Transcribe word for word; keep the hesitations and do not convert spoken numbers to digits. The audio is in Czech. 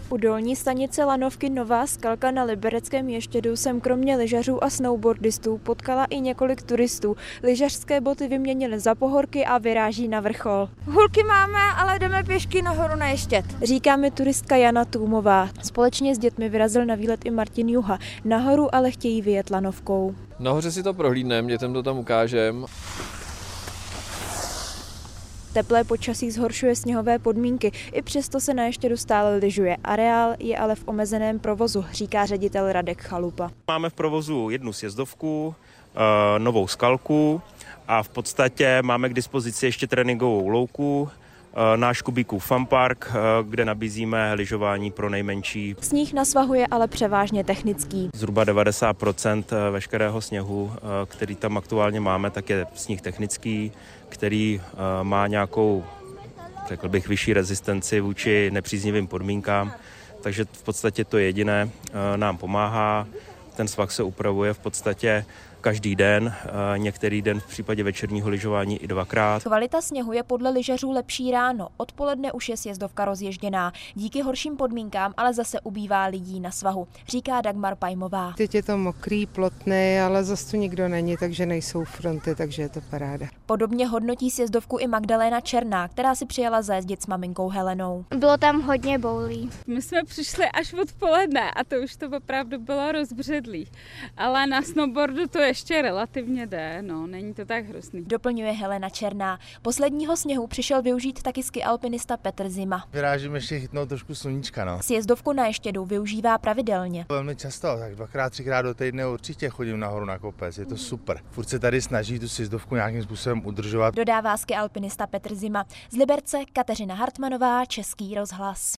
U dolní stanice lanovky Nová Skalka na Libereckém Ještědu jsem kromě lyžařů a snowboardistů potkala i několik turistů. Lyžařské boty vyměnili za pohorky a vyráží na vrchol. Hulky máme, ale jdeme pěšky nahoru na Ještěd. Říká mi turistka Jana Tůmová. Společně s dětmi vyrazil na výlet i Martin Juha. Nahoru ale chtějí vyjet lanovkou. Nahoře si to prohlídneme, dětem to tam ukážem. Teplé počasí zhoršuje sněhové podmínky, i přesto se na Ještědu stále lyžuje. Areál je ale v omezeném provozu, říká ředitel Radek Chalupa. Máme v provozu jednu sjezdovku, Novou Skalku a v podstatě máme k dispozici ještě tréninkovou louku, náš Kubíkův funpark, kde nabízíme lyžování pro nejmenší. Sníh na svahu je ale převážně technický. Zhruba devadesát procent veškerého sněhu, který tam aktuálně máme, tak je sníh technický, který má nějakou, řekl bych, vyšší rezistenci vůči nepříznivým podmínkám, takže v podstatě to jediné nám pomáhá. Ten svah se upravuje v podstatě každý den, některý den v případě večerního lyžování i dvakrát. Kvalita sněhu je podle lyžařů lepší ráno, odpoledne už je sjezdovka rozježděná. Díky horším podmínkám ale zase ubývá lidí na svahu, říká Dagmar Pajmová. Teď je to mokrý, plotný, ale zase tu nikdo není, takže nejsou fronty, takže je to paráda. Podobně hodnotí sjezdovku i Magdalena Černá, která si přijela zajezdit s maminkou Helenou. Bylo tam hodně boulí. My jsme přišli až odpoledne a to už to opravdu bylo rozbředlý, ale na snowboardu to ještě relativně jde, no, není to tak hrozný. Doplňuje Helena Černá. Posledního sněhu přišel využít taky ski alpinista Petr Zima. Vyrážím ještě chytnout trošku sluníčka, no. Sjezdovku na Ještědu využívá pravidelně. Velmi často, tak dvakrát, třikrát do týdne určitě chodím nahoru na kopec, je to super. Furt se tady snaží tu sjezdovku nějakým způsobem udržovat. Dodává ski alpinista Petr Zima. Z Liberce Kateřina Hartmanová, Český rozhlas.